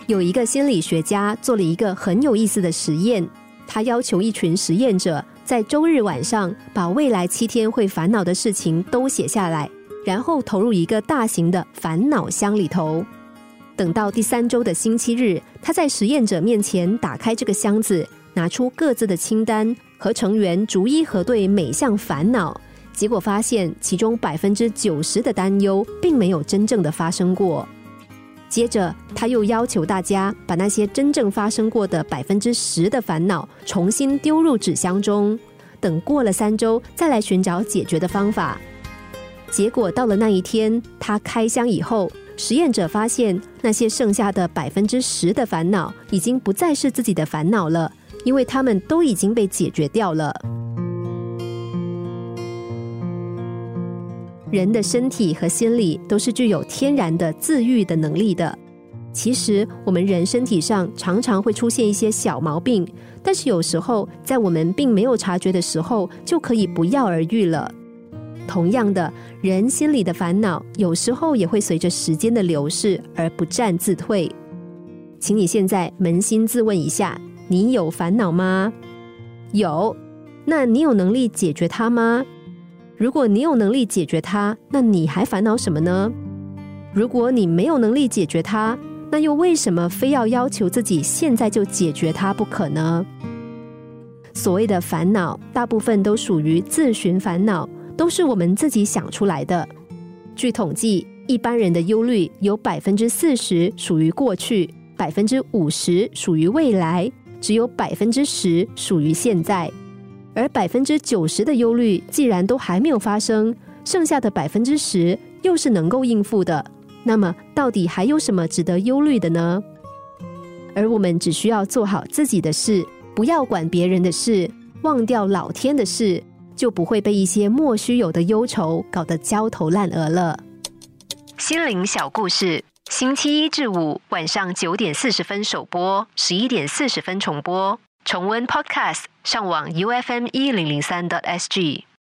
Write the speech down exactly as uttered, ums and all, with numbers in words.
有一个心理学家做了一个很有意思的实验，他要求一群实验者在周日晚上把未来七天会烦恼的事情都写下来，然后投入一个大型的烦恼箱里头。等到第三周的星期日，他在实验者面前打开这个箱子，拿出各自的清单，和成员逐一核对每项烦恼，结果发现其中 百分之九十 的担忧并没有真正的发生过。接着他又要求大家把那些真正发生过的 百分之十 的烦恼重新丢入纸箱中，等过了三周再来寻找解决的方法。结果到了那一天，他开箱以后，实验者发现那些剩下的 百分之十 的烦恼已经不再是自己的烦恼了，因为它们都已经被解决掉了。人的身体和心理都是具有天然的自愈的能力的。其实我们人身体上常常会出现一些小毛病，但是有时候在我们并没有察觉的时候，就可以不药而愈了。同样的，人心里的烦恼有时候也会随着时间的流逝而不战自退。请你现在扪心自问一下，你有烦恼吗？有。那你有能力解决它吗？如果你有能力解决它，那你还烦恼什么呢？如果你没有能力解决它，那又为什么非要要求自己现在就解决它不可呢？所谓的烦恼，大部分都属于自寻烦恼，都是我们自己想出来的。据统计，一般人的忧虑有 百分之四十 属于过去， 百分之五十 属于未来，只有 百分之十 属于现在。而 百分之九十 的忧虑既然都还没有发生，剩下的 百分之十 又是能够应付的，那么到底还有什么值得忧虑的呢？而我们只需要做好自己的事，不要管别人的事，忘掉老天的事，就不会被一些莫须有的忧愁搞得焦头烂额了。心灵小故事，星期一至五晚上九点四十分首播，十一点四十分重播。重温 Podcast， 上网 U F M 一零零三 点 S G。